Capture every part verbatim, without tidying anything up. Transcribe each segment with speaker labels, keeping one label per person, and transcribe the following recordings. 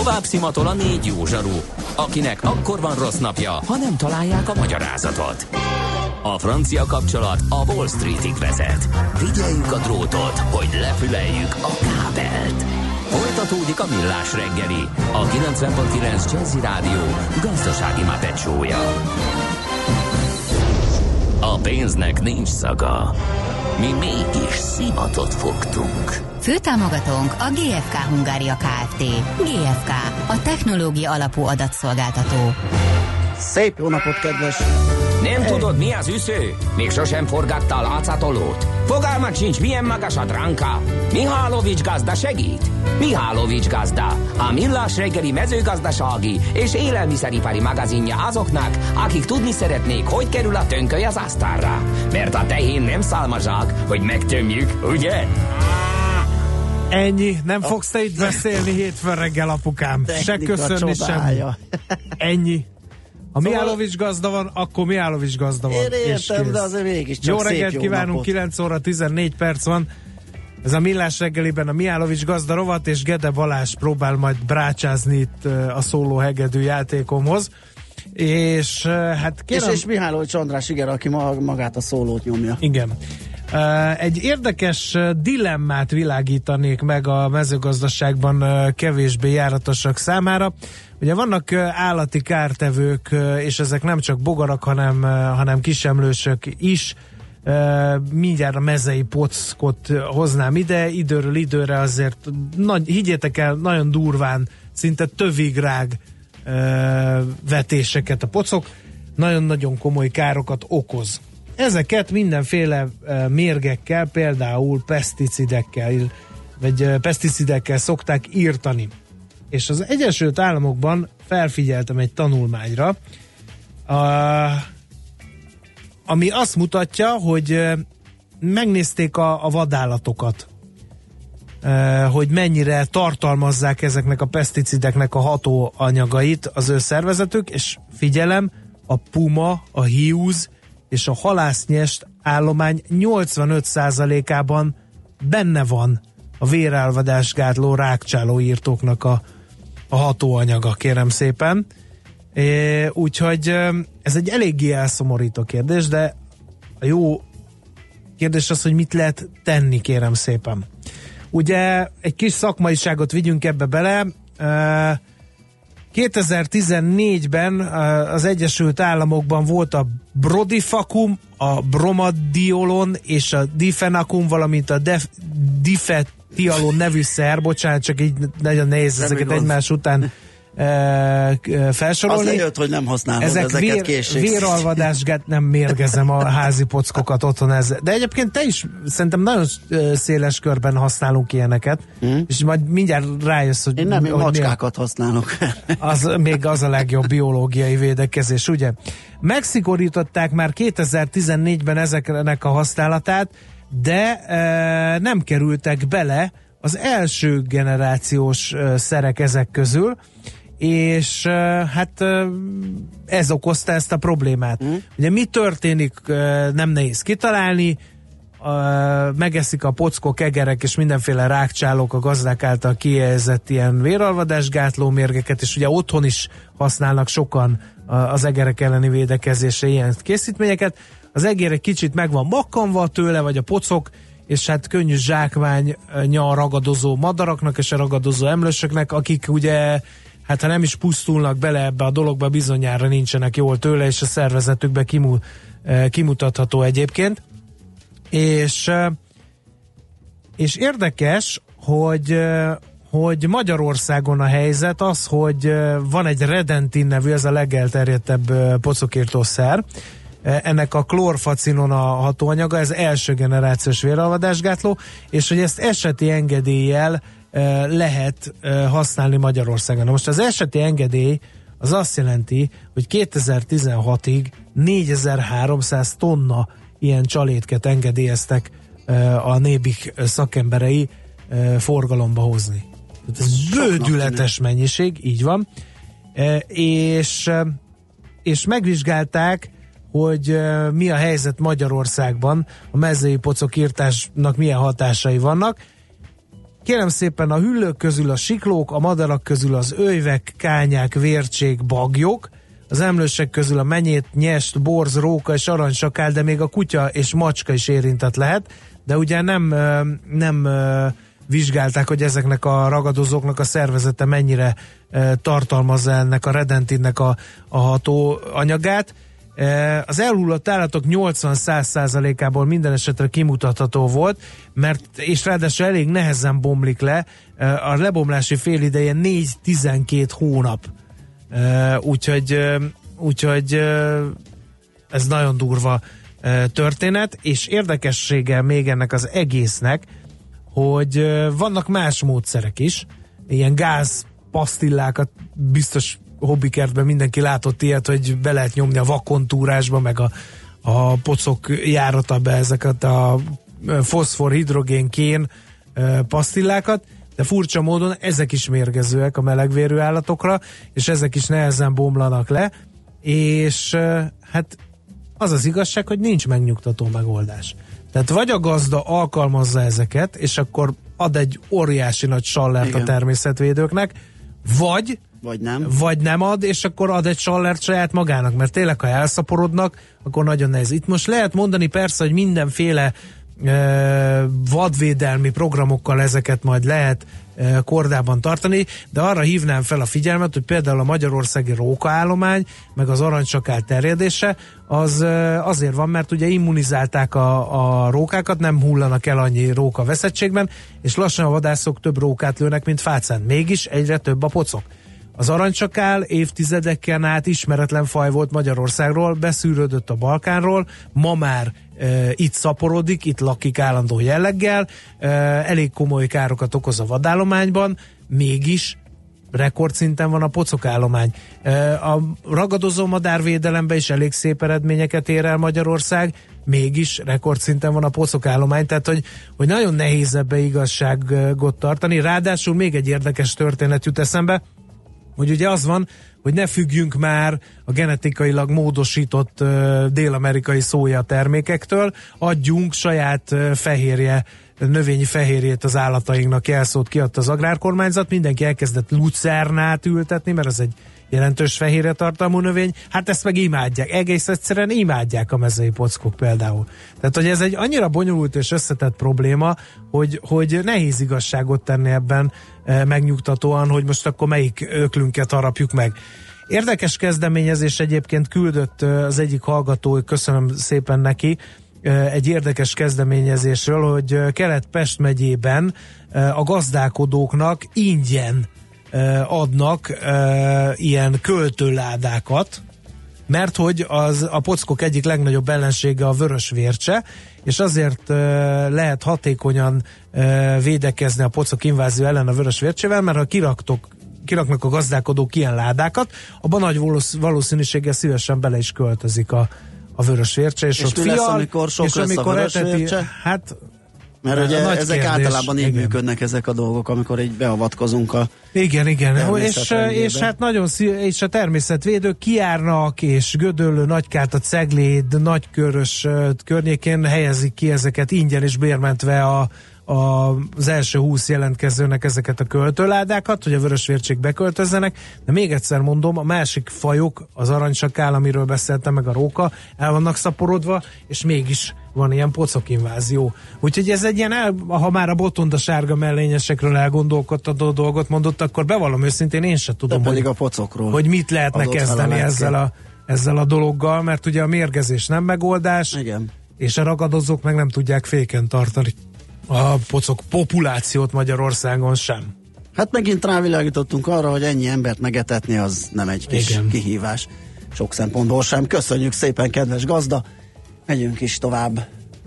Speaker 1: Tovább szimatol a négy jó zsaru, akinek akkor van rossz napja, ha nem találják a magyarázatot. A francia kapcsolat a Wall Streetig vezet. Figyeljük a drótot, hogy lefüleljük a kábelt. Folytatódik a Millás reggeli, a kilencven pont kilenc Jazzy Rádió gazdasági Muppet show-ja. A pénznek nincs szaga. Mi mégis szimatot fogtunk.
Speaker 2: Főtámogatónk a gé ef ká Hungária Kft. gé ef ká, a technológia alapú adatszolgáltató.
Speaker 3: Szép jó napot, kedves!
Speaker 4: Nem hey. Tudod, mi az üsző? Még sosem forgatta a látszatolót? Fogalmat sincs, milyen magas a dránka? Mihálovics gazda segít? Mihálovics gazda, a Millás reggeli mezőgazdasági és élelmiszeripari magazinja azoknak, akik tudni szeretnék, hogy kerül a tönköly az asztalra. Mert a tehén nem szálmazsák, hogy megtömjük, ugye?
Speaker 5: Ennyi, nem fogsz te itt beszélni hétfőn reggel, apukám. Se köszönni sem. Ennyi. Ha szóval... Mihálovics gazda van, akkor Mihálovics gazda van.
Speaker 3: Én értem, de azért mégiscsak
Speaker 5: jó
Speaker 3: szép
Speaker 5: reggelt
Speaker 3: jó
Speaker 5: kívánunk,
Speaker 3: napot.
Speaker 5: kilenc óra tizennégy perc van. Ez a Millás reggeliben a Mihálovics gazda rovat, és Gede Balázs próbál majd brácsázni itt a szóló hegedű játékomhoz. És hát kérem...
Speaker 3: És, és Mihálovics András, igen, aki magát a szólót nyomja.
Speaker 5: Igen. Egy érdekes dilemmát világítanék meg a mezőgazdaságban kevésbé járatosak számára. Ugye vannak állati kártevők, és ezek nem csak bogarak, hanem, hanem kisemlősök is. Mindjárt a mezei pockot hoznám ide, időről időre azért, nagy, higgyétek el, nagyon durván, szinte tövigrág vetéseket a pocok, nagyon-nagyon komoly károkat okoz. Ezeket mindenféle mérgekkel, például peszticidekkel, vagy peszticidekkel szokták írtani. És az Egyesült Államokban felfigyeltem egy tanulmányra, a, ami azt mutatja, hogy megnézték a, a vadállatokat, hogy mennyire tartalmazzák ezeknek a peszticideknek a hatóanyagait az ő szervezetük, és figyelem, a puma, a hiúz és a halásznyest állomány nyolcvanöt százalékában benne van a vérelvadásgátló rákcsálóírtóknak a, a hatóanyaga, kérem szépen. É, úgyhogy ez egy eléggé elszomorító kérdés, de a jó kérdés az, hogy mit lehet tenni, kérem szépen. Ugye egy kis szakmaiságot vigyünk ebbe bele. kétezer-tizennégyben az Egyesült Államokban volt a Brodifacoum, a Bromadiolon és a Difenacum, valamint a Def- Difetialon nevű szer, bocsánat, csak így nagyon nehéz nem ezeket egymás után e, felsorolni.
Speaker 3: Az lejött, hogy nem használod
Speaker 5: ezek
Speaker 3: ezeket
Speaker 5: vér,
Speaker 3: készségsz.
Speaker 5: Véralvadásgát, nem mérgezem a házi pockokat otthon ezzel. De egyébként te is szerintem nagyon széles körben használunk ilyeneket, mm. és majd mindjárt rájössz, hogy...
Speaker 3: Én nem, én macskákat
Speaker 5: mi,
Speaker 3: használok.
Speaker 5: Az még az a legjobb biológiai védekezés, ugye? Megszigorították már kétezer-tizennégyben ezeknek a használatát, de e, nem kerültek bele az első generációs e, szerek ezek közül, és e, hát e, ez okozta ezt a problémát. Mm. Ugye mi történik, e, nem nehéz kitalálni, e, megeszik a pockok, egerek és mindenféle rákcsálók a gazdák által kijelzett ilyen véralvadásgátló mérgeket, és ugye otthon is használnak sokan az egerek elleni védekezésre ilyen készítményeket. Az egér egy kicsit meg van makkanva tőle, vagy a pocok, és hát könnyű zsákmánya a ragadozó madaraknak és a ragadozó emlősöknek, akik ugye, hát ha nem is pusztulnak bele ebbe a dologba, bizonyára nincsenek jól tőle, és a szervezetükbe kimu, kimutatható egyébként. És, és érdekes, hogy hogy Magyarországon a helyzet az, hogy van egy Redentin nevű, ez a legelterjedtebb pocokírtószer. Ennek a klórfacinon a hatóanyaga, ez első generációs véralvadásgátló, és hogy ezt eseti engedéllyel lehet használni Magyarországon. Na most az eseti engedély az azt jelenti, hogy kétezer-tizenhatig négyezer-háromszáz tonna ilyen csalétket engedélyeztek a Nébik szakemberei forgalomba hozni. Ez bődületes mennyiség, így van. E, és, és megvizsgálták, hogy e, mi a helyzet Magyarországban, a mezői pocokírtásnak milyen hatásai vannak. kérem szépen, a hüllők közül a siklók, a madarak közül az ölyvek, kányák, vércsék, bagyok, az emlősek közül a menyét, nyest, borz, róka és aranysakál, de még a kutya és macska is érintett lehet, de ugye nem, nem vizsgálták, hogy ezeknek a ragadozóknak a szervezete mennyire tartalmazza ennek a redentinnek a, a hatóanyagát. Az elhullott állatok nyolcvan-száz százalékából minden esetre kimutatható volt, mert és ráadásul elég nehezen bomlik le, a lebomlási félideje négy-tizenkét hónap. Úgyhogy, úgyhogy ez nagyon durva történet, és érdekessége még ennek az egésznek, hogy vannak más módszerek is, ilyen gáz pasztillákat biztos hobbikertben mindenki látott ilyet, hogy be lehet nyomni a vakontúrásba, meg a, a pocok járata ezeket a foszfor, hidrogén, kén pasztillákat, de furcsa módon ezek is mérgezőek a melegvérű állatokra, és ezek is nehezen bomlanak le, és hát az az igazság, hogy nincs megnyugtató megoldás. Tehát vagy a gazda alkalmazza ezeket, és akkor ad egy óriási nagy sallert Igen. a természetvédőknek, vagy
Speaker 3: Vagy nem.
Speaker 5: Vagy nem ad, és akkor ad egy sallert saját magának, mert tényleg, ha elszaporodnak, akkor nagyon nehéz. Itt most lehet mondani persze, hogy mindenféle e, vadvédelmi programokkal ezeket majd lehet e, kordában tartani, de arra hívnám fel a figyelmet, hogy például a magyarországi rókaállomány, meg az aranysakál terjedése, az e, azért van, mert ugye immunizálták a, a rókákat, nem hullanak el annyi róka veszettségben, és lassan a vadászok több rókát lőnek, mint fácán. Mégis egyre több a pocok. Az aranysakál évtizedeken át ismeretlen faj volt Magyarországról, beszűrődött a Balkánról, ma már e, itt szaporodik, itt lakik állandó jelleggel, e, elég komoly károkat okoz a vadállományban, mégis rekordszinten van a pocokállomány. E, a ragadozó madárvédelemben is elég szép eredményeket ér el Magyarország, mégis rekordszinten van a pocokállomány, tehát hogy, hogy nagyon nehéz ebbe igazságot tartani. Ráadásul még egy érdekes történet jut eszembe, hogy ugye az van, hogy ne függjünk már a genetikailag módosított uh, dél-amerikai szója termékektől, adjunk saját uh, fehérje, növényi fehérjét az állatainknak, jelszót kiadta az agrárkormányzat, mindenki elkezdett lucernát ültetni, mert ez egy jelentős fehérje tartalmú növény, hát ezt meg imádják, egész egyszerűen imádják a mezei pockok például. Tehát, hogy ez egy annyira bonyolult és összetett probléma, hogy, hogy nehéz igazságot tenni ebben e, megnyugtatóan, hogy most akkor melyik öklünket harapjuk meg. Érdekes kezdeményezés egyébként küldött az egyik hallgató, köszönöm szépen neki, egy érdekes kezdeményezésről, hogy Kelet-Pest megyében a gazdálkodóknak ingyen adnak uh, ilyen költőládákat, mert hogy az a pockok egyik legnagyobb ellensége a vörös vércse, és azért uh, lehet hatékonyan uh, védekezni a pocok invázió ellen a vörös vércsével, mert ha kiraktok, kiraknak a gazdálkodók ilyen ládákat, abban nagy valószínűséggel szívesen bele is költözik a, a vörös vércse, és, és ott fial, lesz, amikor sok és amikor a vörös eteti, vércse? Hát
Speaker 3: mert ugye ezek
Speaker 5: kérdés.
Speaker 3: Általában így
Speaker 5: igen.
Speaker 3: működnek ezek a dolgok, amikor így beavatkozunk a
Speaker 5: Igen, igen, és, és hát nagyon szív, és a természetvédők kijárnak, és Gödöllő, Nagykáta, Cegléd, Nagykörös környékén helyezik ki ezeket ingyen és bérmentve a, a, az első húsz jelentkezőnek ezeket a költőládákat, hogy a vörösvércsék beköltözzenek, de még egyszer mondom, a másik fajok, az aranysakál, amiről beszéltem, meg a róka, el vannak szaporodva, és mégis van ilyen pocokinvázió. Úgyhogy ez egy ilyen, el, ha már a botonda sárga mellényesekről elgondolkodtató dolgot mondott, akkor bevallom őszintén, én sem tudom, hogy,
Speaker 3: a pocokról
Speaker 5: hogy mit lehetne kezdeni ezzel a, ezzel a dologgal, mert ugye a mérgezés nem megoldás,
Speaker 3: igen.
Speaker 5: És a ragadozók meg nem tudják féken tartani a pocok populációt Magyarországon sem.
Speaker 3: Hát megint rávilágítottunk arra, hogy ennyi embert megetetni az nem egy kis
Speaker 5: igen.
Speaker 3: kihívás. Sok szempontból sem. Köszönjük szépen, kedves gazda! Megyünk is tovább.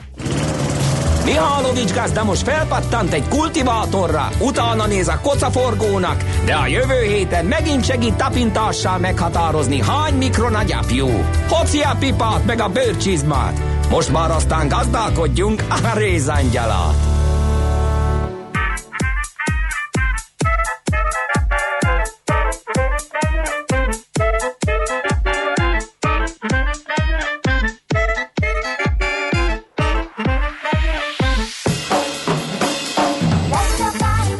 Speaker 4: Mihálovics gazda most felpattant egy kultivátorra, utána néz a kocaforgónak, de a jövő héten megint segít tapintással meghatározni, hány mikron a gyapjú. Hoci a pipát meg a bőrcsizmát. Most már aztán gazdálkodjunk a rézangyalat.
Speaker 6: Let your body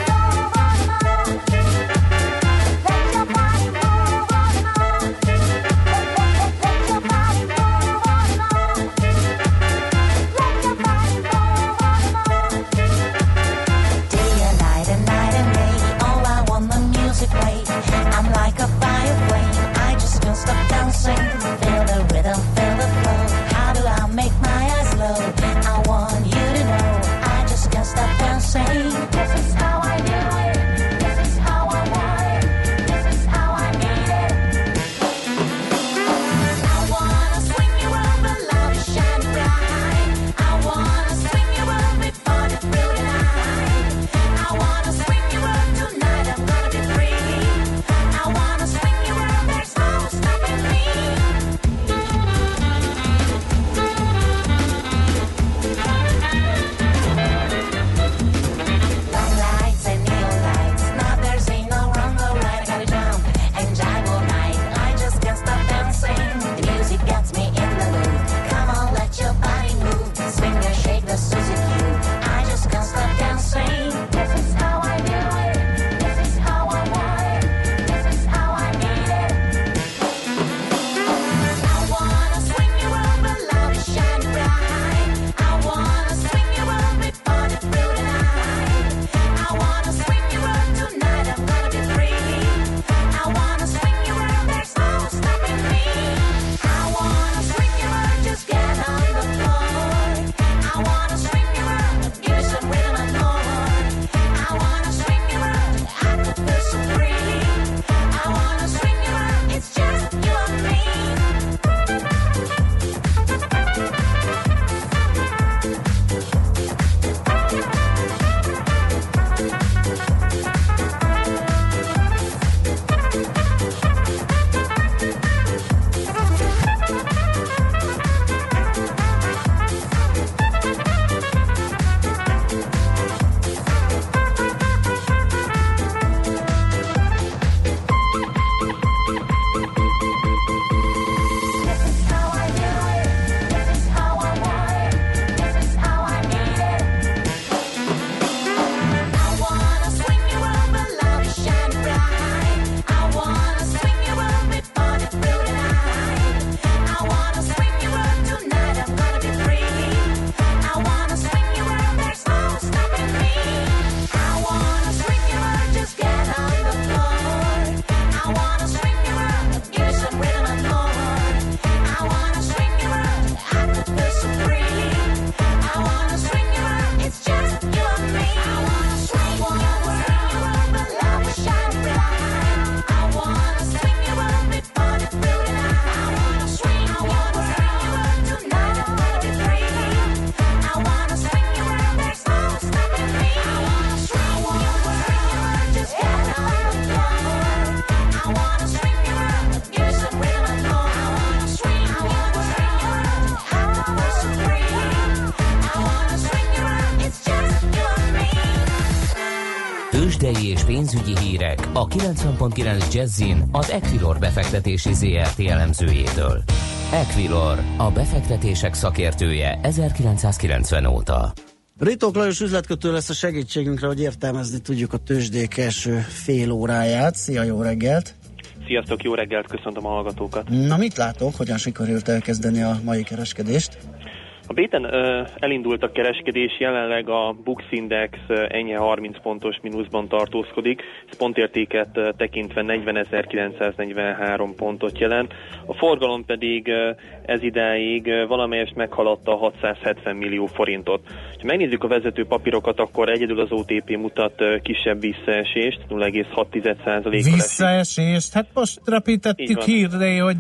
Speaker 1: pénzügyi hírek a kilencven pont kilenc Jazzin az Equilor befektetési zé er té elemzőjétől. Equilor, a befektetések szakértője ezerkilencszázkilencven óta.
Speaker 3: Ritók Lajos üzletkötő lesz a segítségünkre, hogy értelmezni tudjuk a tőzsdék első fél óráját. Szia, jó reggelt!
Speaker 6: Sziasztok, jó reggelt, köszöntöm a hallgatókat!
Speaker 3: Na, mit látok, hogyan sikerült elkezdeni a mai kereskedést?
Speaker 6: A Béten ö, elindult a kereskedés, jelenleg a Bux Index ö, enyhe harminc pontos mínuszban tartózkodik, ez pontértéket ö, tekintve negyvenezer-kilencszáznegyvenhárom pontot jelent, a forgalom pedig ö, ez idáig ö, valamelyest meghaladta a hatszázhetven millió forintot. Ha megnézzük a vezető papírokat, akkor egyedül az o té pé mutat ö, kisebb visszaesést, nulla egész hat százalékos.
Speaker 5: Visszaesést? Hát most repítettük hírre, hogy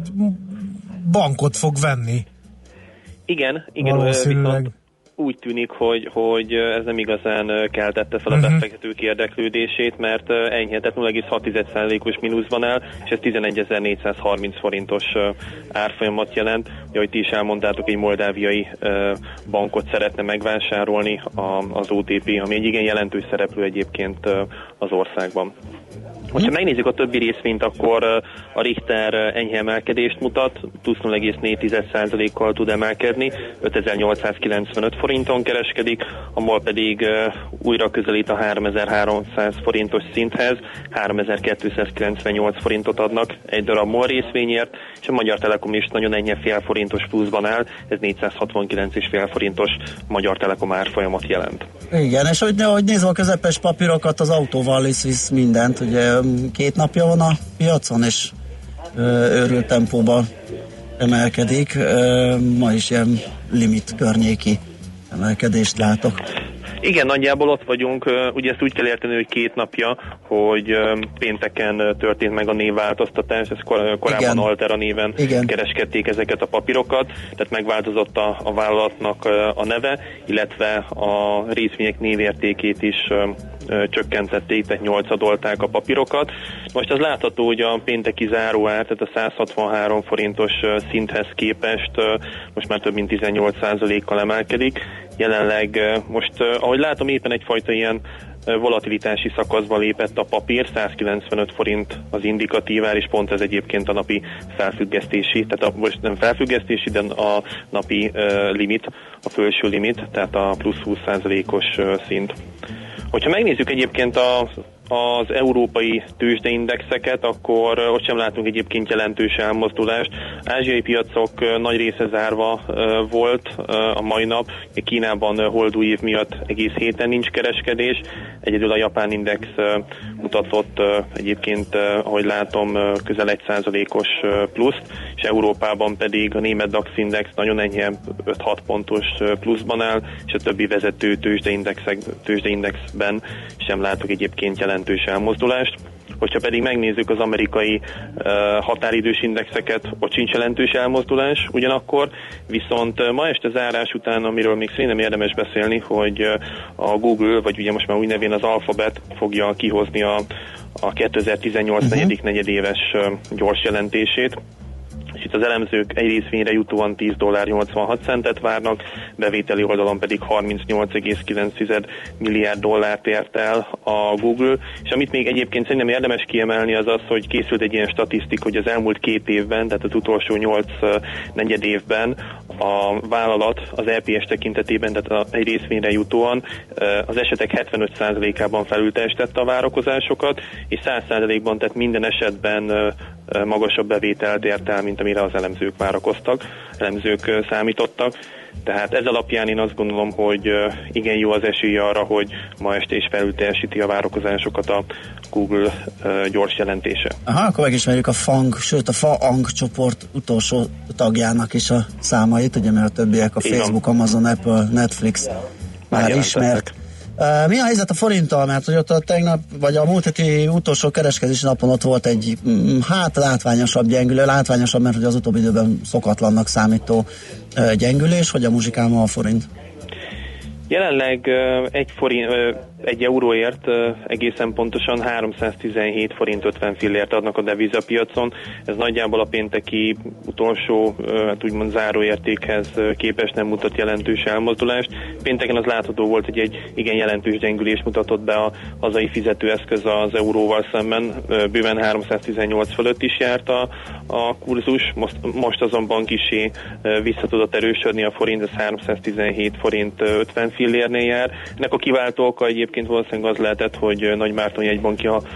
Speaker 5: bankot fog venni.
Speaker 6: Igen, igen, viszont úgy tűnik, hogy, hogy ez nem igazán keltette fel a uh-huh. befektetők érdeklődését, mert enyhe, tehát nulla egész hat százalékos mínuszban áll, és ez tizenegyezer-négyszázharminc forintos árfolyamat jelent. Ahogy ti is elmondtátok, egy moldáviai bankot szeretne megvásárolni az o té pé, ami egy igen jelentős szereplő egyébként az országban. Ha megnézzük a többi részvényt, akkor a Richter enyhe emelkedést mutat, plusz nulla egész négy százalékkal tud emelkedni, ötezer-nyolcszázkilencvenöt forinton kereskedik, a MOL pedig újra közelít a háromezer-háromszáz forintos szinthez, háromezer-kétszázkilencvennyolc forintot adnak egy darab MOL részvényért, és a Magyar Telekom is nagyon enyhe fél forintos pluszban áll, ez négyszázhatvankilenc egész öt forintos Magyar Telekom árfolyamat jelent.
Speaker 3: Igen, és hogy, hogy nézve a közepes papírokat, az autóval visz mindent, ugye két napja van a piacon, és ö, őrült tempóban emelkedik. Ö, ma is ilyen limit környéki emelkedést látok.
Speaker 6: Igen, nagyjából ott vagyunk. Ugye ezt úgy kell érteni, hogy két napja, hogy pénteken történt meg a névváltoztatás, ez kor- korábban Igen. Altera néven Igen. kereskedték ezeket a papírokat, tehát megváltozott a, a vállalatnak a neve, illetve a részvények névértékét is csökkentették, tehát nyolcadolták a papírokat. Most az látható, hogy a pénteki záróár, tehát a száz hatvanhárom forintos szinthez képest most már több mint tizennyolc százalékkal emelkedik. Jelenleg most, ahogy látom, éppen egyfajta ilyen volatilitási szakaszba lépett a papír, százkilencvenöt forint az indikatívár, és pont ez egyébként a napi felfüggesztési, tehát a, most nem felfüggesztési, de a napi uh, limit, a felső limit, tehát a plusz húsz százalékos uh, szint. Hogyha megnézzük egyébként a, az európai tőzsdeindexeket, akkor ott sem látunk egyébként jelentős elmozdulást. Ázsiai piacok nagy része zárva volt a mai nap. Kínában holdúj év miatt egész héten nincs kereskedés. Egyedül a japán index mutatott egyébként, ahogy látom, közel egy százalékos pluszt, és Európában pedig a német DAX index nagyon enyhe öt-hat pontos pluszban áll, és a többi vezető tőzsdeindexben sem látok egyébként jelentős elmozdulást. Hogyha pedig megnézzük az amerikai uh, határidős indexeket, ott sincs jelentős elmozdulás ugyanakkor, viszont ma este zárás után, amiről még szerintem érdemes beszélni, hogy uh, a Google, vagy ugye most már új nevén az Alphabet fogja kihozni a, a kétezer-tizennyolc uh-huh. negyedik negyedéves uh, gyors jelentését. És itt az elemzők egy részvényre jutóan tíz dollár nyolcvanhat centet várnak, bevételi oldalon pedig harmincnyolc egész kilenc milliárd dollárt ért el a Google, és amit még egyébként szerintem érdemes kiemelni az az, hogy készült egy ilyen statisztika, hogy az elmúlt két évben, tehát az utolsó nyolc negyed évben a vállalat az é pé es tekintetében, tehát egy részvényre jutóan az esetek hetvenöt százalékában felülteljesítette a várakozásokat, és száz százalékban, tehát minden esetben magasabb bevételt ért el, mint amire az elemzők várakoztak, elemzők számítottak. Tehát ez alapján én azt gondolom, hogy igen jó az esélye arra, hogy ma este is felülteljesíti a várakozásokat a Google gyors jelentése. Aha,
Speaker 3: akkor megismerjük a FANG, sőt a FAANG csoport utolsó tagjának is a számait, ugye, mert a többiek a Facebook, Amazon, Apple, Netflix már ismert. Uh, mi a helyzet a forinttal? Mert hogy ott a tegnap, vagy a múlt heti utolsó kereskedési napon ott volt egy hát látványosabb gyengülő, látványosabb, mert hogy az utóbbi időben szokatlannak számító uh, gyengülés, hogy a muzsikál ma a forint?
Speaker 6: Jelenleg uh, egy forint, uh, egy euróért egészen pontosan háromszáztizenhét forint ötven fillért adnak a devizapiacon. Ez nagyjából a pénteki utolsó, hát úgymond záróértékhez képest nem mutat jelentős elmozdulást. Pénteken az látható volt, hogy egy igen jelentős gyengülés mutatott be a hazai fizetőeszköz az euróval szemben. Bőven háromszáztizennyolc fölött is járt a, a kurzus, most, most azonban kissé vissza tudott erősödni a forint, ez háromszáztizenhét forint ötven fillérnél jár. Ennek a kiváltó oka egyébként valószínűleg az lehetett, hogy Nagy Márton jegybanki uh,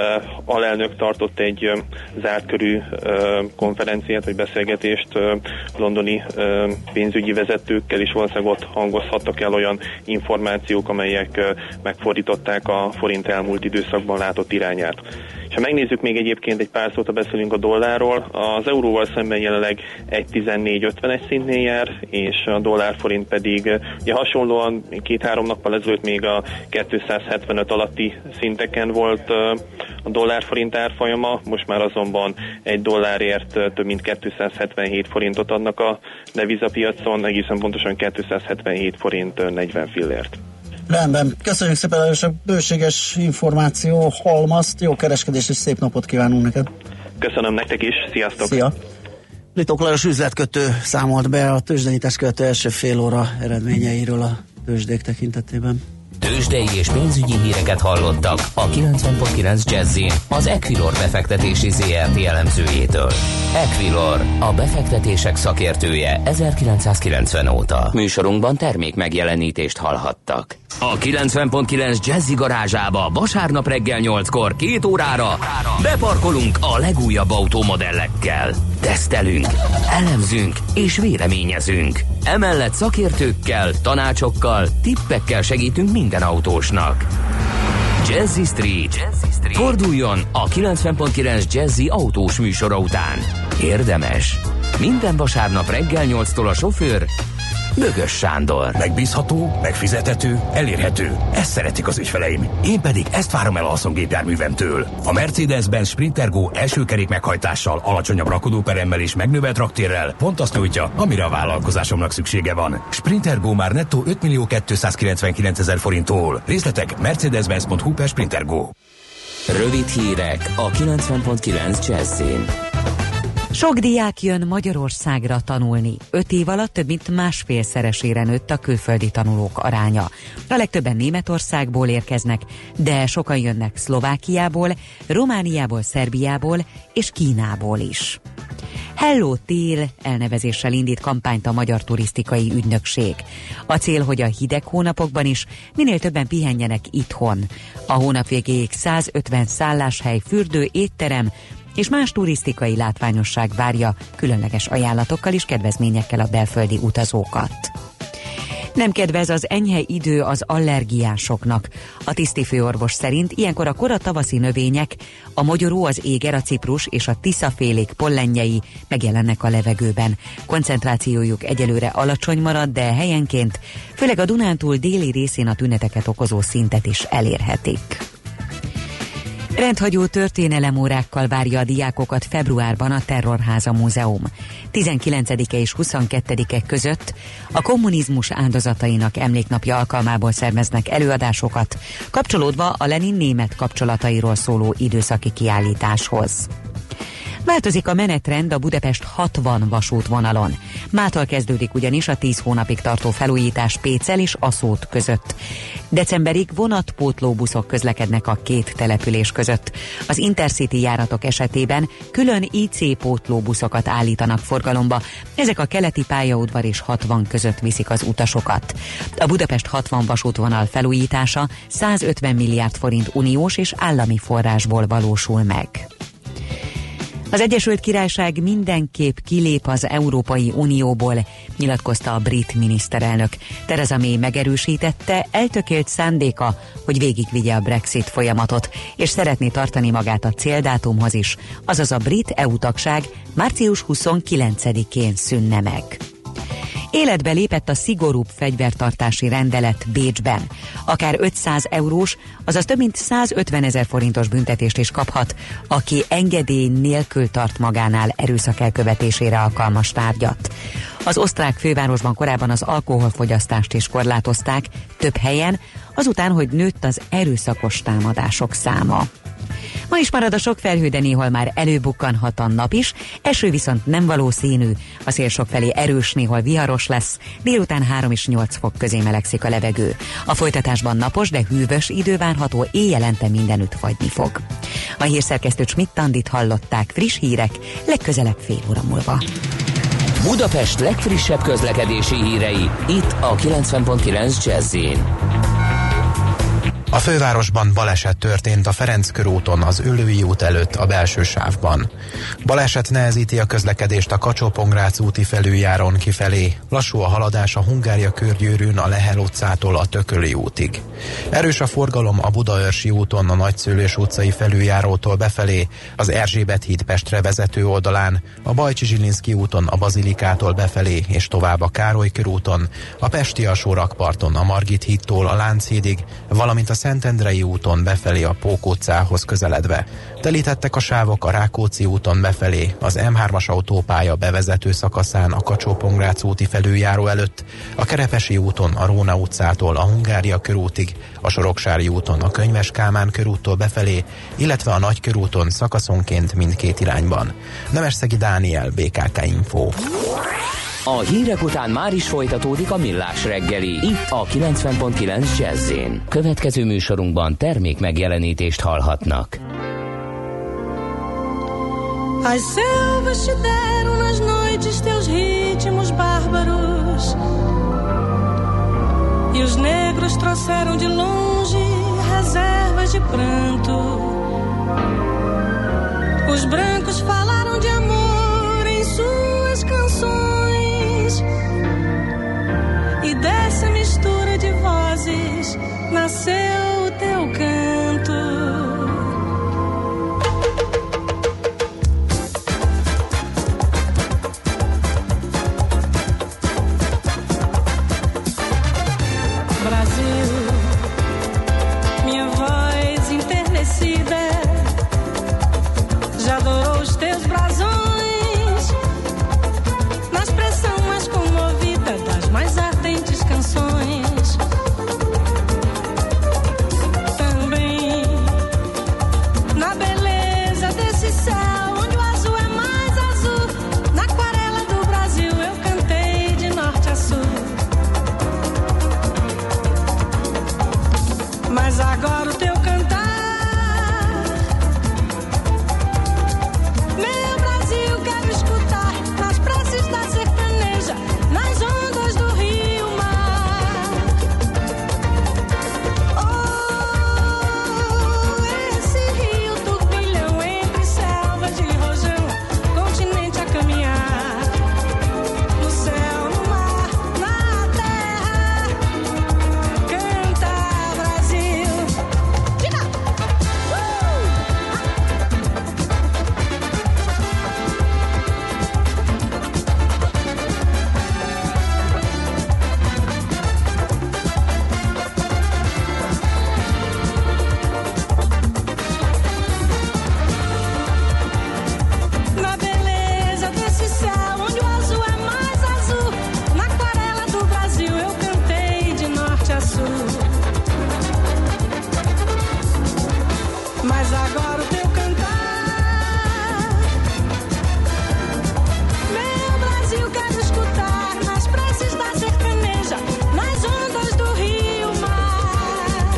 Speaker 6: alelnök tartott egy uh, zárt körű uh, konferenciát, vagy beszélgetést uh, londoni uh, pénzügyi vezetőkkel, és valószínűleg ott hangozhattak el olyan információk, amelyek uh, megfordították a forint elmúlt időszakban látott irányát. És ha megnézzük még egyébként egy pár szót, beszélünk a dollárról, az euróval szemben jelenleg egy tizennégy ötvenes szintnél jár, és a dollárforint pedig ugye hasonlóan két-három nappal ezelőtt még a kétszázhetvenöt alatti szinteken volt a dollárforint árfolyama, most már azonban egy dollárért több mint kétszázhetvenhét forintot adnak a devizapiacon, egészen pontosan kétszázhetvenhét forint negyven fillért.
Speaker 3: Rendben, köszönjük szépen a bőséges információ halmazt, jó kereskedést és szép napot kívánunk neked.
Speaker 6: Köszönöm nektek is, sziasztok!
Speaker 3: Szia! Litók Lajos üzletkötő számolt be a tőzsdenyítás követő első fél óra eredményeiről a tőzsdék tekintetében.
Speaker 1: Tőzsdei és pénzügyi híreket hallottak a kilencven pont kilenc Jazzin az Equilor befektetési zé er té elemzőjétől. Equilor, a befektetések szakértője ezerkilencszázkilencven óta. Műsorunkban termék megjelenítést hallhattak. A kilencven pont kilenc Jazzy garázsába vasárnap reggel nyolckor két órára beparkolunk a legújabb automodellekkel. Tesztelünk, elemzünk és véleményezünk. Emellett szakértőkkel, tanácsokkal, tippekkel segítünk minden autósnak. Jazzy Street. Jazzy Street. Forduljon a kilencven pont kilenc Jazzy autós műsora után. Érdemes. Minden vasárnap reggel nyolctól a sofőr Bögös Sándor.
Speaker 7: Megbízható, megfizethető, elérhető. Ezt szeretik az ügyfeleim. Én pedig ezt várom el a haszongépjárművemtől. A Mercedes-Benz Sprinter Go első kerék meghajtással, alacsonyabb rakodóperemmel és megnövelt raktérrel pont azt nyújtja, amire a vállalkozásomnak szüksége van. Sprinter Go már nettó öt millió kétszázkilencvenkilencezer forinttól. Részletek mercedes-benz pont hu per Sprinter Go.
Speaker 1: Rövid hírek a kilencven pont kilenc Jazzin.
Speaker 8: Sok diák jön Magyarországra tanulni. Öt év alatt több mint másfélszeresére nőtt a külföldi tanulók aránya. A legtöbben Németországból érkeznek, de sokan jönnek Szlovákiából, Romániából, Szerbiából és Kínából is. Hello Tél elnevezéssel indít kampányt a Magyar Turisztikai Ügynökség. A cél, hogy a hideg hónapokban is minél többen pihenjenek itthon. A hónap végéig százötven szálláshely, fürdő, étterem és más turisztikai látványosság várja különleges ajánlatokkal és kedvezményekkel a belföldi utazókat. Nem kedvez az enyhe idő az allergiásoknak. A tisztifőorvos szerint ilyenkor a kora tavaszi növények, a mogyoró, az éger, a ciprus és a tiszafélék pollenjei megjelennek a levegőben. Koncentrációjuk egyelőre alacsony marad, de helyenként, főleg a Dunántúl déli részén a tüneteket okozó szintet is elérhetik. Rendhagyó történelemórákkal várja a diákokat februárban a Terrorháza Múzeum. tizenkilencedike és huszonkettedike között a kommunizmus áldozatainak emléknapja alkalmából szerveznek előadásokat, kapcsolódva a Lenin német kapcsolatairól szóló időszaki kiállításhoz. Változik a menetrend a Budapest hatvan vasútvonalon. Mától kezdődik ugyanis a tíz hónapig tartó felújítás Pécel és Aszód között. Decemberig vonatpótlóbuszok közlekednek a két település között. Az Intercity járatok esetében külön í cé pótlóbuszokat állítanak forgalomba. Ezek a keleti pályaudvar és hatvan között viszik az utasokat. A Budapest hatvan vasútvonal felújítása százötven milliárd forint uniós és állami forrásból valósul meg. Az Egyesült Királyság mindenképp kilép az Európai Unióból, nyilatkozta a brit miniszterelnök. Theresa May megerősítette eltökélt szándéka, hogy végigvigye a Brexit folyamatot, és szeretné tartani magát a céldátumhoz is, azaz a brit é u tagság március huszonkilencedikén szűnne meg. Életbe lépett a szigorúbb fegyvertartási rendelet Bécsben. Akár ötszáz eurós, azaz több mint százötvenezer forintos büntetést is kaphat, aki engedély nélkül tart magánál erőszak elkövetésére alkalmas tárgyat. Az osztrák fővárosban korábban az alkoholfogyasztást is korlátozták, több helyen, azután, hogy nőtt az erőszakos támadások száma. Ma is marad a sok felhő, de néhol már előbukkanhat a nap is, eső viszont nem valószínű, a szél sokfelé erős, néhol viharos lesz, délután három és nyolc fok közé melegszik a levegő. A folytatásban napos, de hűvös idő várható, éjjelente mindenütt fagyni fog. A hírszerkesztő Schmidt-Tandit hallották, friss hírek, legközelebb fél óra múlva.
Speaker 1: Budapest legfrissebb közlekedési hírei, itt a kilencven pont kilenc Jazz-in.
Speaker 9: A fővárosban baleset történt a Ferenc körúton az Üllői út előtt a belső sávban. Baleset nehezíti a közlekedést a Kacsó-Pongrác úti felüljáron kifelé. Lassú a haladás a Hungária körgyűrűn a Lehel utcától a Tököli útig. Erős a forgalom a Budaörsi úton a Nagyszőlős utcai felüljárótól befelé, az Erzsébet híd Pestre vezető oldalán, a Bajcsi-Zsilinszky úton a Bazilikától befelé és tovább a Károly körúton, a Pesti alsó rakparton a Margit hídtól a Lánchídig, valamint a Szentendrei úton befelé a Pók utcához közeledve. Telítettek a sávok a Rákóczi úton befelé, az M hármas autópálya bevezető szakaszán a Kacsó-Pongrác úti felüljáró előtt, a Kerepesi úton a Róna utcától a Hungária körútig, a Soroksári úton a Könyves Kálmán körúttól befelé, illetve a Nagykörúton szakaszonként mindkét irányban. Nemesszegi Dániel, bé ká ká Info.
Speaker 1: A hírek után már is folytatódik a Millás reggeli, itt a kilencven pont kilenc Jazz-in. Következő műsorunkban termék megjelenítést hallhatnak.
Speaker 10: As selvas te deram nas noites teus ritmos bárbaros, e os negros trouxeram de longe reservas de pranto. Os brancos falaram de amor em suas canções, e dessa mistura de vozes nasceu o teu canto. Brasil, minha voz enternecida já adorou os teus brasões, na expressão mais comovida das mais ardentes canções. Também na beleza desse céu, onde o azul é mais azul, na aquarela do Brasil eu cantei de norte a sul. Mas agora o teu cantar, meu Brasil, quero escutar nas preces da sertaneja, nas ondas do rio mar. Oh, esse rio turbilhão entre selvas de rojão, continente a caminhar, no céu, no mar, na terra, canta Brasil. Diga! Na beleza desse céu, onde o azul é mais azul, na aquarela do Brasil eu cantei de norte a sul. Mas agora o teu cantar, meu Brasil, quero escutar nas preces da sertaneja, nas ondas do rio mar.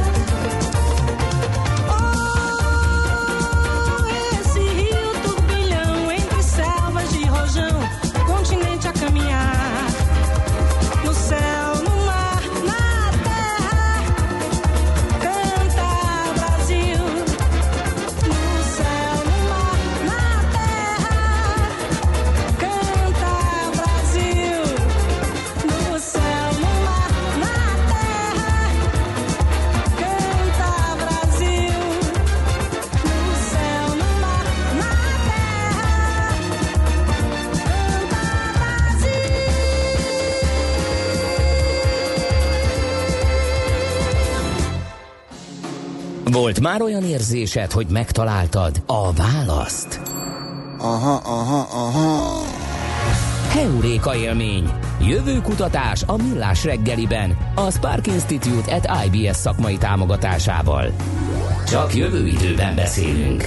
Speaker 10: Oh, esse rio turbilhão entre selvas de rojão, continente a caminhar, no céu, no mar, na terra, canta Brasil. No céu, no mar, na terra, canta Brasil. No céu, no mar, na terra, canta Brasil. No céu, no mar, na
Speaker 1: Volt már olyan érzésed, hogy megtaláltad a választ?
Speaker 3: Aha, aha, aha.
Speaker 1: Heuréka élmény. Jövőkutatás a Millás reggeliben, a Spark Institute at I B S szakmai támogatásával. Csak jövő időben beszélünk.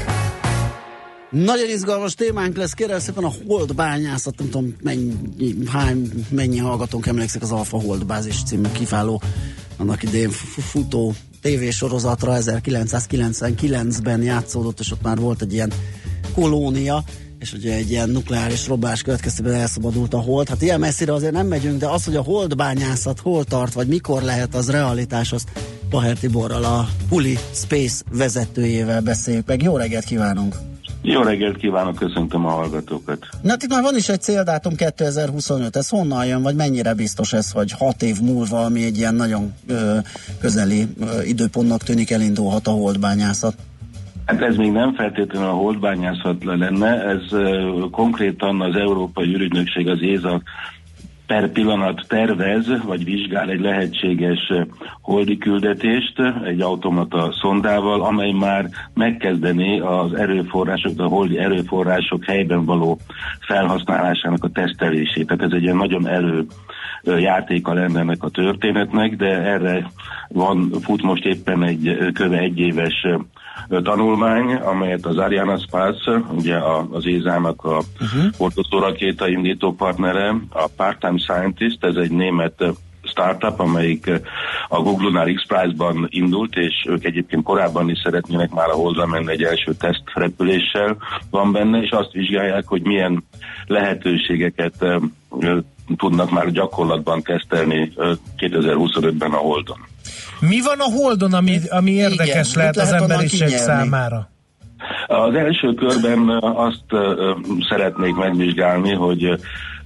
Speaker 3: Nagyon izgalmas témánk lesz, kérem szépen a holdbányászat, nem tudom mennyi, hány, mennyi hallgatónk emlékszik az Alfa Hold Bázis című kiváló, annak idején futó tévésorozatra ezerkilencszázkilencvenkilencben játszódott, és ott már volt egy ilyen kolónia, és ugye egy ilyen nukleáris robbás következtében elszabadult a hold. Hát ilyen messzire azért nem megyünk, de az, hogy a holdbányászat hol tart, vagy mikor lehet az realitás, azt Paher Tiborral, a Puli Space vezetőjével beszéljük meg. Jó reggelt kívánunk!
Speaker 11: Jó reggelt kívánok, köszöntöm a hallgatókat.
Speaker 3: Na, itt már van is egy céldátum, kétezer-huszonöt, ez honnan jön, vagy mennyire biztos ez, hogy hat év múlva, ami egy ilyen nagyon ö, közeli ö, időpontnak tűnik, elindulhat a holdbányászat?
Speaker 11: Hát ez még nem feltétlenül a holdbányászat lenne, ez ö, konkrétan az Európai Ürügynökség, az é es á per pillanat tervez, vagy vizsgál egy lehetséges holdi küldetést egy automata szondával, amely már megkezdené az erőforrások, a holdi erőforrások helyben való felhasználásának a tesztelését. Tehát ez egy ilyen nagyon elő játéka lenne ennek a történetnek, de erre van, fut most éppen egy köve egyéves tanulmány, amelyet az Ariane Space, ugye az é es á-nak a uh-huh. hordozó rakéta indító partnere, a Part-Time Scientist, ez egy német startup, amelyik a Google Lunar X-Prize-ban indult, és ők egyébként korábban is szeretnének már a Holdra menni, egy első tesztrepüléssel van benne, és azt vizsgálják, hogy milyen lehetőségeket uh, tudnak már gyakorlatban tesztelni uh, kétezer-huszonötben a Holdon.
Speaker 5: Mi van a Holdon, ami, ami érdekes Igen, lehet az lehet emberiség számára?
Speaker 11: Az első körben azt uh, szeretnék megvizsgálni, hogy uh,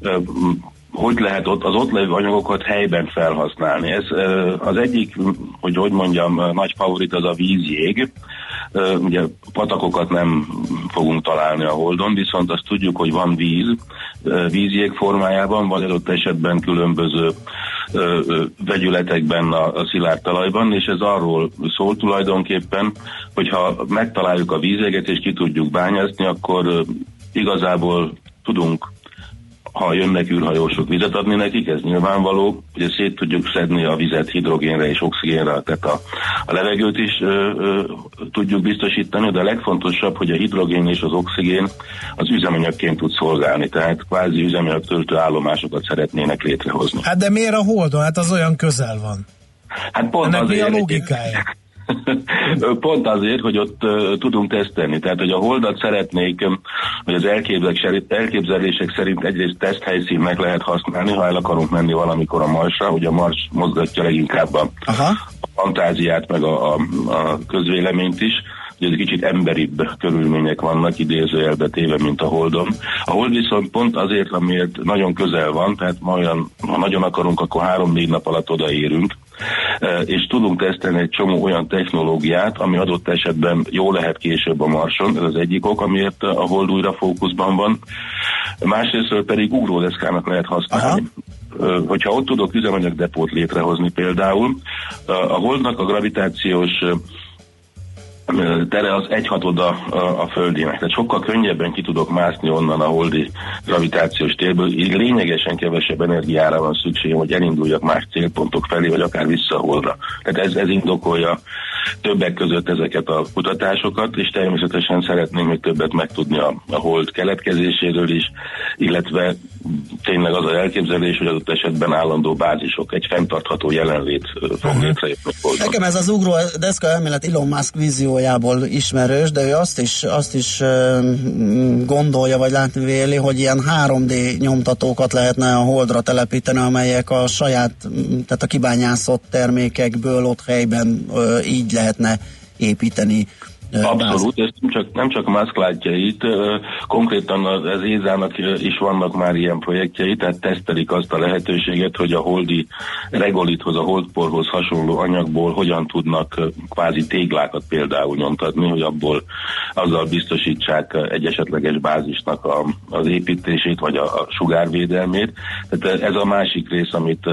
Speaker 11: hogy lehet ott, az ott levő anyagokat helyben felhasználni. Ez uh, az egyik, hogy hogy mondjam, nagy favorit az a vízjég. Uh, ugye patakokat nem fogunk találni a Holdon, viszont azt tudjuk, hogy van víz, uh, vízjég formájában, vagy adott esetben különböző uh, vegyületekben a, a szilárd talajban, és ez arról szól tulajdonképpen, hogyha megtaláljuk a vízjeget és ki tudjuk bányászni, akkor uh, igazából tudunk, ha jönnek űrhajósok, vizet adni nekik, ez nyilvánvaló, ugye szét tudjuk szedni a vizet hidrogénre és oxigénre, tehát a, a levegőt is ö, ö, tudjuk biztosítani, de a legfontosabb, hogy a hidrogén és az oxigén az üzemanyagként tud szolgálni, tehát kvázi üzemanyag töltő állomásokat szeretnének létrehozni.
Speaker 5: Hát de miért a Holdon? Hát az olyan közel van.
Speaker 11: Hát pont
Speaker 5: ennek
Speaker 11: azért,
Speaker 5: mi a logikája?
Speaker 11: Pont azért, hogy ott uh, tudunk tesztelni. Tehát, hogy a Holdat szeretnék, um, hogy az elképzelések szerint egyrészt teszthelyszínnek lehet használni, ha el akarunk menni valamikor a Marsra, hogy a Mars mozgatja leginkább a, a fantáziát, meg a, a, a közvéleményt is, hogy ez kicsit emberibb körülmények vannak, idézőjelbe téve, mint a Holdon. A Hold viszont pont azért, amiért nagyon közel van, tehát ma olyan, ha nagyon akarunk, akkor három-négy nap alatt odaérünk, és tudunk tesztelni egy csomó olyan technológiát, ami adott esetben jó lehet később a Marson, ez az egyik ok, amiért a Hold újra fókuszban van. Másrésztről pedig ugródeszkának lehet használni. Aha. Hogyha ott tudok üzemanyagdepót létrehozni például, a Holdnak a gravitációs tere az egyhatoda a Földének, tehát sokkal könnyebben ki tudok mászni onnan a holdi gravitációs térből, így lényegesen kevesebb energiára van szükségem, hogy elinduljak más célpontok felé, vagy akár vissza a Holdra. Tehát ez, ez indokolja többek között ezeket a kutatásokat, és természetesen szeretném még többet megtudni a, a Hold keletkezéséről is, illetve tényleg az az elképzelés, hogy adott esetben állandó bázisok, egy fenntartható jelenlét fog létrejönni.
Speaker 3: Nekem ez az ugró deszka elmélet Elon Musk víziójából ismerős, de ő azt is, azt is gondolja, vagy látni véli, hogy ilyen három dé nyomtatókat lehetne a Holdra telepíteni, amelyek a saját, tehát a kibányászott termékekből ott helyben így lehetne építeni.
Speaker 11: Abszolút, ezt nem csak, nem csak Musk látja itt, konkrétan az é es á-nak is vannak már ilyen projektjei, tehát tesztelik azt a lehetőséget, hogy a holdi regolithoz, a holdporhoz hasonló anyagból hogyan tudnak kvázi téglákat például nyomtatni, hogy abból azzal biztosítsák egy esetleges bázisnak a, az építését, vagy a, a sugárvédelmét. Tehát ez a másik rész, amit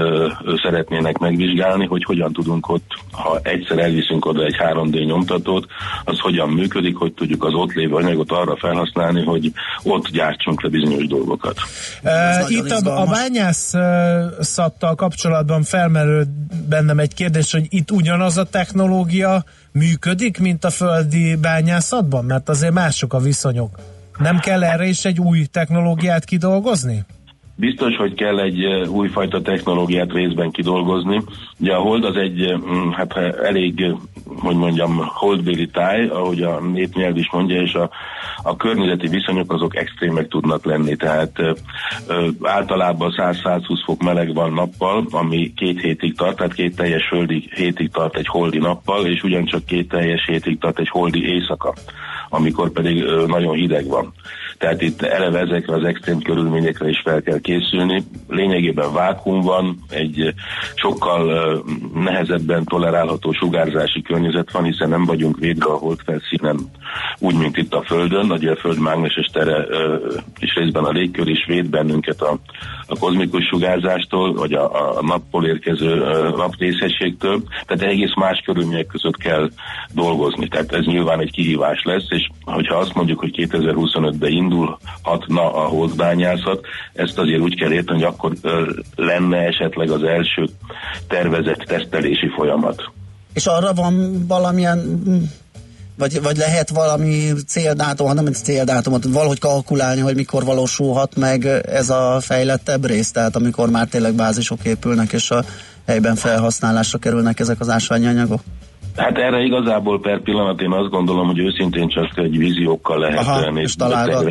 Speaker 11: szeretnének megvizsgálni, hogy hogyan tudunk ott, ha egyszer elviszünk oda egy három dé nyomtatót, az hogyan működik, hogy tudjuk az ott lévő anyagot arra felhasználni, hogy ott gyártsunk le bizonyos dolgokat.
Speaker 5: Uh, itt a, a bányászattal kapcsolatban felmerül bennem egy kérdés, hogy itt ugyanaz a technológia működik, mint a földi bányászatban? Mert azért mások a viszonyok. Nem kell erre is egy új technológiát kidolgozni?
Speaker 11: Biztos, hogy kell egy újfajta technológiát részben kidolgozni. Ugye a hold az egy, hát elég, hogy mondjam, holdbéli táj, ahogy a népnyelv is mondja, és a, a környezeti viszonyok azok extrémek tudnak lenni. Tehát ö, általában száz-százhúsz fok meleg van nappal, ami két hétig tart, tehát két teljes földi hétig tart egy holdi nappal, és ugyancsak két teljes hétig tart egy holdi éjszaka, amikor pedig ö, nagyon hideg van. Tehát itt eleve ezekre az extrém körülményekre is fel kell készülni. Lényegében vákuum van, egy sokkal uh, nehezebben tolerálható sugárzási környezet van, hiszen nem vagyunk védve a holdfelszínen úgy, mint itt a Földön. Ugye a Föld mágneses tere uh, és részben a légkör is véd bennünket a, a kozmikus sugárzástól, vagy a, a napból érkező uh, naprészességtől. Tehát egész más körülmények között kell dolgozni. Tehát ez nyilván egy kihívás lesz, és hogyha azt mondjuk, hogy kétezer-huszonötben indulhatna a holdbányászat, ezt azért úgy kell érteni, hogy akkor ö, lenne esetleg az első tervezett tesztelési folyamat.
Speaker 3: És arra van valamilyen, vagy, vagy lehet valami céldátum, ha nem egy céldátumot, valahogy kalkulálni, hogy mikor valósulhat meg ez a fejlettebb rész, tehát amikor már tényleg bázisok épülnek, és a helyben felhasználásra kerülnek ezek az ásványi anyagok?
Speaker 11: Hát erre igazából per pillanat én azt gondolom, hogy őszintén csak egy víziókkal lehet nézni.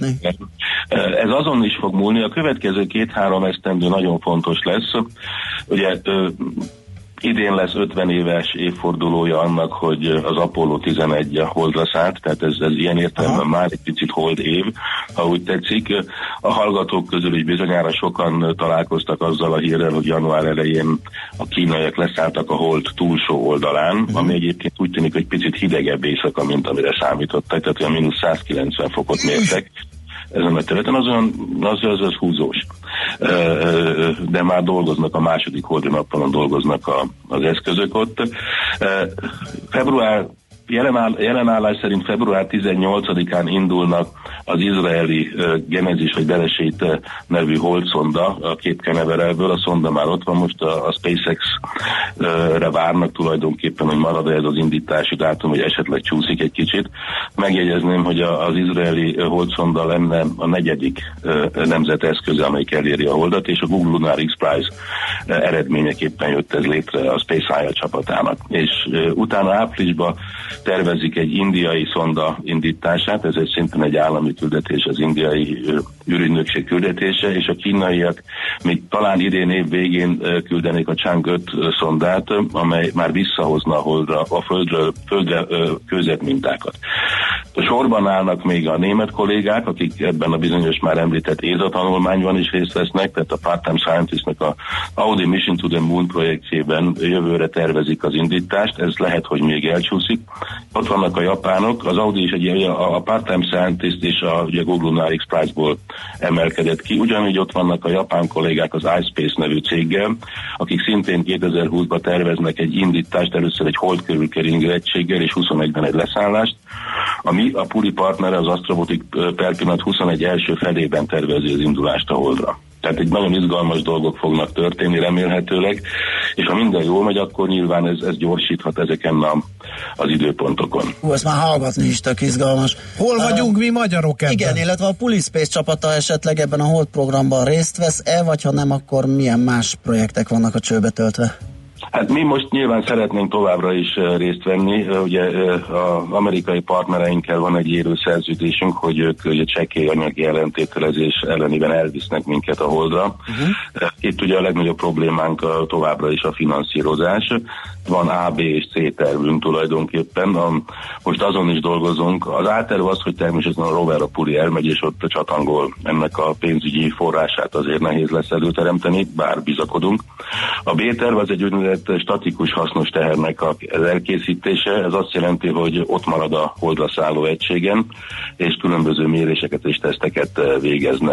Speaker 11: Ez azon is fog múlni. A következő két-három esztendő nagyon fontos lesz. Ugye idén lesz ötven éves évfordulója annak, hogy az Apollo tizenegy a holdra szállt, tehát ez, ez ilyen értelemben már egy picit hold év, ha úgy tetszik. A hallgatók közül is bizonyára sokan találkoztak azzal a hírrel, hogy január elején a kínaiak leszálltak a hold túlsó oldalán, uh-huh. ami egyébként úgy tűnik, hogy picit hidegebb éjszaka, mint amire számítottak, tehát olyan mínusz százkilencven fokot mértek ezen a területen, az olyan, az, az, az húzós. De már dolgoznak, a második holdi nappalon dolgoznak a, az eszközök ott. Február Jelen, jelen állás szerint február tizennyolcadikán indulnak az izraeli uh, Genesis vagy Beresét uh, nevű holdszonda a Cape Canaveralből. A szonda már ott van, most a, a SpaceX-re uh, várnak tulajdonképpen, hogy marad ez az indítási dátum, hogy esetleg csúszik egy kicsit. Megjegyezném, hogy a, az izraeli uh, holdszonda lenne a negyedik uh, nemzeteszköze, amelyik eléri a holdat, és a Google Lunar X Prize uh, eredményeképpen jött ez létre a Space I A csapatának. És uh, utána áprilisban tervezik egy indiai szonda indítását, ez egy szintén egy állami küldetés, az indiai űrügynökség küldetése, és a kínaiak még talán idén év végén küldenék a Chang öt szondát, amely már visszahozna a holdra, a földről, földre kőzetmintákat. Sorban állnak még a német kollégák, akik ebben a bizonyos már említett éza tanulmányban is részt vesznek, tehát a Part-Time Scientistnek a Audi Mission to the Moon projektjében jövőre tervezik az indítást, ez lehet, hogy még elcsúszik. Ott vannak a japánok, az Audi is egy, a Part-Time Scientist és a ugye, Google Lunar X Prize-ból emelkedett ki, ugyanúgy ott vannak a japán kollégák az iSpace nevű céggel, akik szintén kétezer-húszban terveznek egy indítást, először egy hold körül keringő egységgel és huszonegyben egy leszállást. A mi, a Puri partnere, az Astrobotic per pillanat huszonegy első felében tervezi az indulást a holdra. Tehát egy nagyon izgalmas dolgok fognak történni remélhetőleg, és ha minden jól megy, akkor nyilván ez, ez gyorsíthat ezeken a, az időpontokon.
Speaker 3: Hú, ezt már hallgatni is tök izgalmas.
Speaker 5: Hol uh, vagyunk mi magyarok ebben?
Speaker 3: Igen, illetve a PuliSpace csapata esetleg ebben a Hold programban részt vesz-e, vagy ha nem, akkor milyen más projektek vannak a csőbe töltve?
Speaker 11: Hát mi most nyilván szeretnénk továbbra is részt venni. Ugye az amerikai partnereinkkel van egy élő szerződésünk, hogy ők ugye csekély anyagi ellentételezés ellenében elvisznek minket a Holdra. Uh-huh. Itt ugye a legnagyobb problémánk továbbra is a finanszírozás. Van A, B és C tervünk tulajdonképpen. Most azon is dolgozunk. Az A terv az, hogy természetesen a rover a Puri elmegy, és ott csatangol. Ennek a pénzügyi forrását azért nehéz lesz előteremteni, bár bizakodunk. A B terv az egy úgynevezett statikus hasznos tehernek az elkészítése. Ez azt jelenti, hogy ott marad a holdra szálló egységen, és különböző méréseket és teszteket végezne.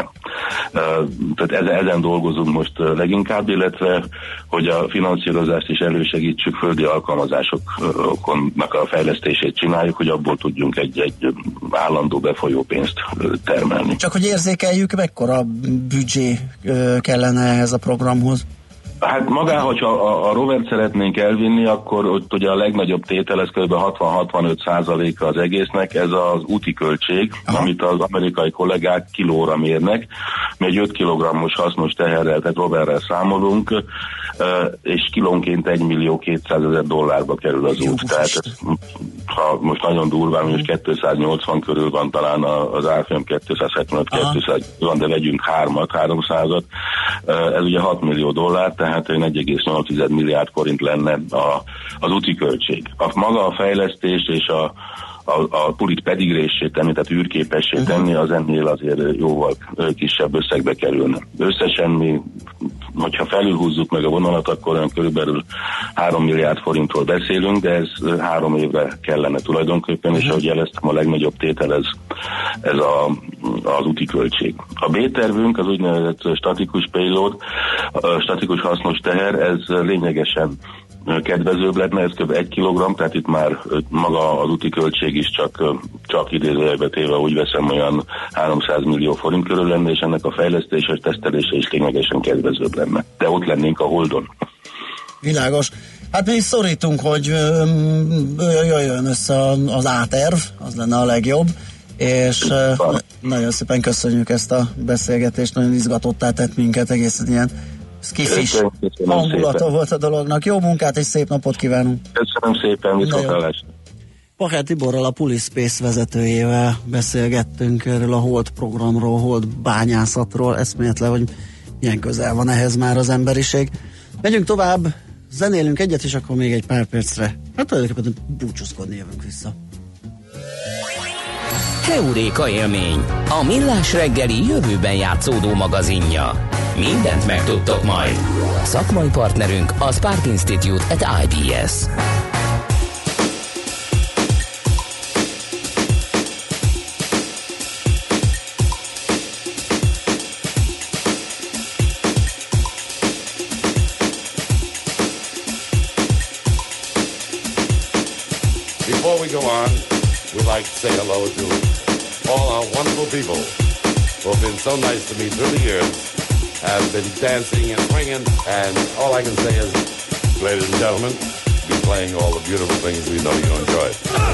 Speaker 11: Tehát ezen dolgozunk most leginkább, illetve hogy a finanszírozást is elősegítsük, földi alkalmazásoknak a fejlesztését csináljuk, hogy abból tudjunk egy, egy állandó befolyó pénzt termelni.
Speaker 3: Csak hogy érzékeljük, mekkora büdzsé kellene ehhez a programhoz?
Speaker 11: Hát magá, hogyha a, a rovert szeretnénk elvinni, akkor ott ugye a legnagyobb tétel, ez kb. hatvan-hatvanöt százaléka az egésznek, ez az úti költség, aha, amit az amerikai kollégák kilóra mérnek. Mi egy öt kilogrammos hasznos teherrel, tehát roverrel számolunk, és kilónként egy millió kétszázezer dollárba kerül az út. Tehát ha most nagyon durván, most kétszáznyolcvan körül van talán az árfolyam, kétszázhetvenöt kétszáz, de vegyünk hármat, háromszázat, ez ugye hat millió dollár, tehát egy egy egész nyolc milliárd forint lenne a, az úti költség. A maga a fejlesztés és a, a, a tulit pedigrését tenni, tehát űrképessé uh-huh. tenni, az ennél azért jóval kisebb összegbe kerülne. Összesen mi, hogyha felülhúzzuk meg a vonalat, akkor olyan körülbelül három milliárd forintról beszélünk, de ez három évre kellene tulajdonképpen, uh-huh. és ahogy jeleztem, a legnagyobb tétel ez, ez a, az úti költség. A B-tervünk, az úgynevezett statikus payload, a statikus hasznos teher, ez lényegesen kedvezőbb lenne, ez kb. egy kilogramm, tehát itt már maga az úti költség is csak, csak idézőjelbe téve úgy veszem, olyan háromszáz millió forint körül lenne, és ennek a fejlesztése és tesztelése is lényegesen kedvezőbb lenne. De ott lennénk a Holdon.
Speaker 3: Világos. Hát mi is szorítunk, hogy jöjjön össze az A-terv, az lenne a legjobb, és nagyon szépen köszönjük ezt a beszélgetést, nagyon izgatottá tett minket, egészen ilyen skifis hangulata volt a dolognak. Jó munkát és szép napot kívánunk!
Speaker 11: Köszönöm szépen, viszontlátásra!
Speaker 3: Pachár Tiborral, a Pulispace vezetőjével beszélgettünk erről a Hold programról, Hold bányászatról, eszméletlen, hogy milyen közel van ehhez már az emberiség. Megyünk tovább, zenélünk egyet, és akkor még egy pár percre, hát tulajdonképpen búcsúzkodni jövünk vissza.
Speaker 1: Heuréka élmény, a Millás reggeli jövőben játszódó magazinja. Mindent megtudtok majd. Szakmai partnerünk a Spark Institute at I B S.
Speaker 12: Before we go on, we'd like to say hello to all our wonderful people who have been so nice to me through the years, have been dancing and swinging, and all I can say is, ladies and gentlemen, be playing all the beautiful things we know you enjoy.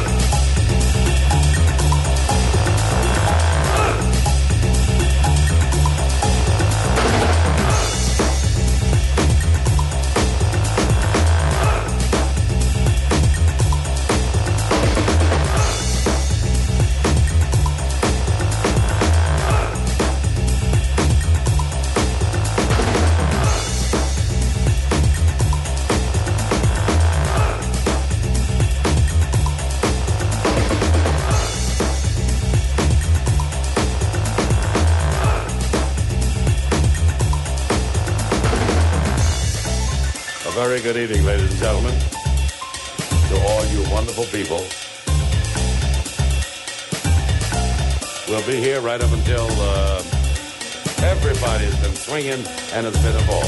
Speaker 12: Very good evening, ladies and gentlemen, to all you wonderful people. We'll be here right up until uh, everybody's been swinging and it's been a ball.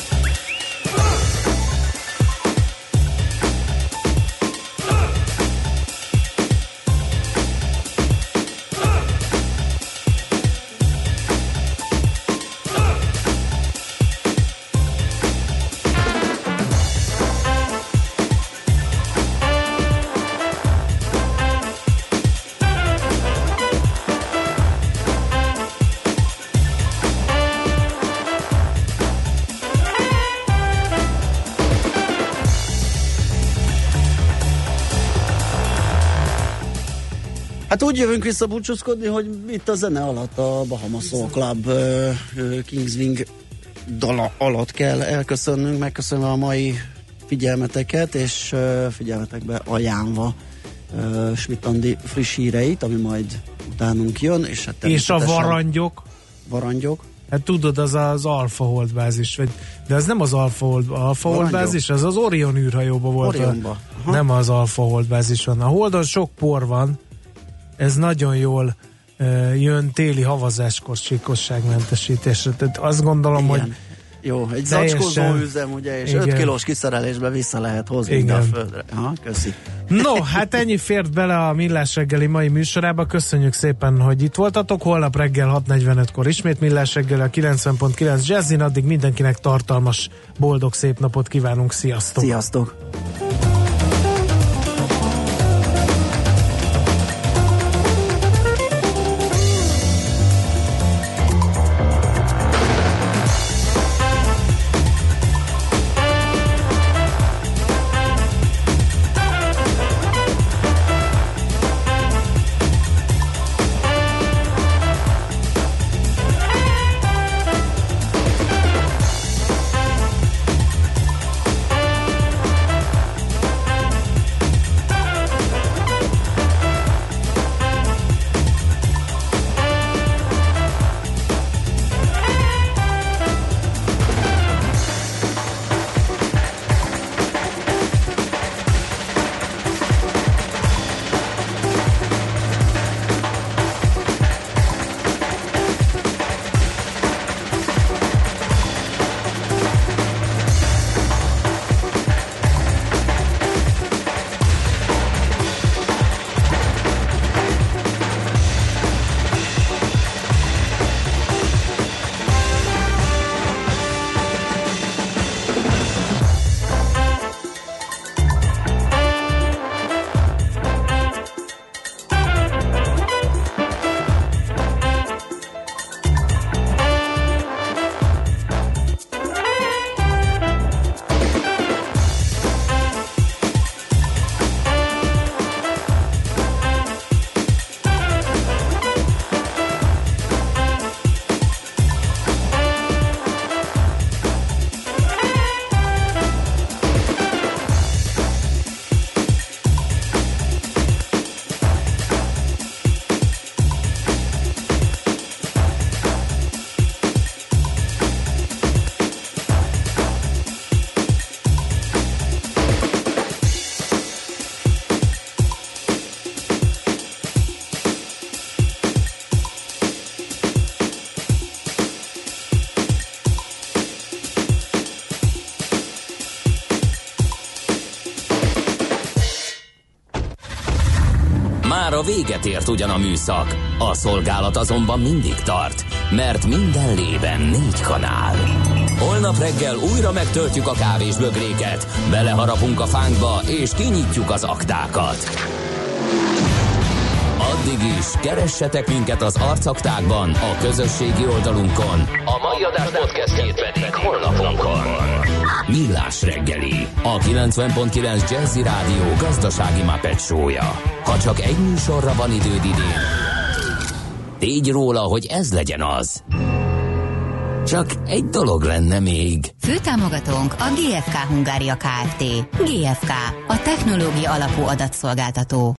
Speaker 3: Hát úgy jövünk vissza búcsúzkodni, hogy itt a zene alatt a Bahamas Soul Club uh, Kingswing dala alatt kell elköszönnünk, megköszönve a mai figyelmeteket, és uh, figyelmetekbe ajánlva uh, Schmidt Andi friss híreit, ami majd utánunk jön. És, hát
Speaker 5: és a varangyok.
Speaker 3: Varangyok.
Speaker 5: Hát tudod, az az Alpha Hold bázis, vagy, de az nem az Alpha Hold, Alpha Hold bázis, az az Orion űrhajóban volt.
Speaker 3: Orionba.
Speaker 5: A, nem az Alpha Hold bázis van. A Holdon sok por van, ez nagyon jól jön téli havazáskor síkosságmentesítésre. Tehát azt gondolom, igen, hogy
Speaker 3: jó, egy
Speaker 5: teljesen...
Speaker 3: zacskózó üzem, ugye, és igen, öt kilós kiszerelésbe vissza lehet hozni ide a földre. Aha, köszi.
Speaker 5: No, hát ennyi fért bele a Millás reggeli mai műsorába. Köszönjük szépen, hogy itt voltatok. Holnap reggel hat negyvenötkor ismét Millás reggeli a kilencven pont kilenc Jazzin. Addig mindenkinek tartalmas, boldog, szép napot kívánunk. Sziasztok!
Speaker 3: Sziasztok!
Speaker 1: Már a véget ért ugyan a műszak, a szolgálat azonban mindig tart, mert minden lében négy kanál. Holnap reggel újra megtöltjük a kávésbögréket, beleharapunk a fánkba és kinyitjuk az aktákat. Addig is keressetek minket az arcaktákban, a közösségi oldalunkon, a mai adás podcastjét pedig honlapunkon. Millás reggeli, a kilencven pont kilenc Jazzy Rádió gazdasági Muppet show-ja. Ha csak egy műsorra van időd idén, tégy róla, hogy ez legyen az. Csak egy dolog lenne még.
Speaker 2: Főtámogatónk a gé ef ká Hungária Kft. gé ef ká, a technológia alapú adatszolgáltató.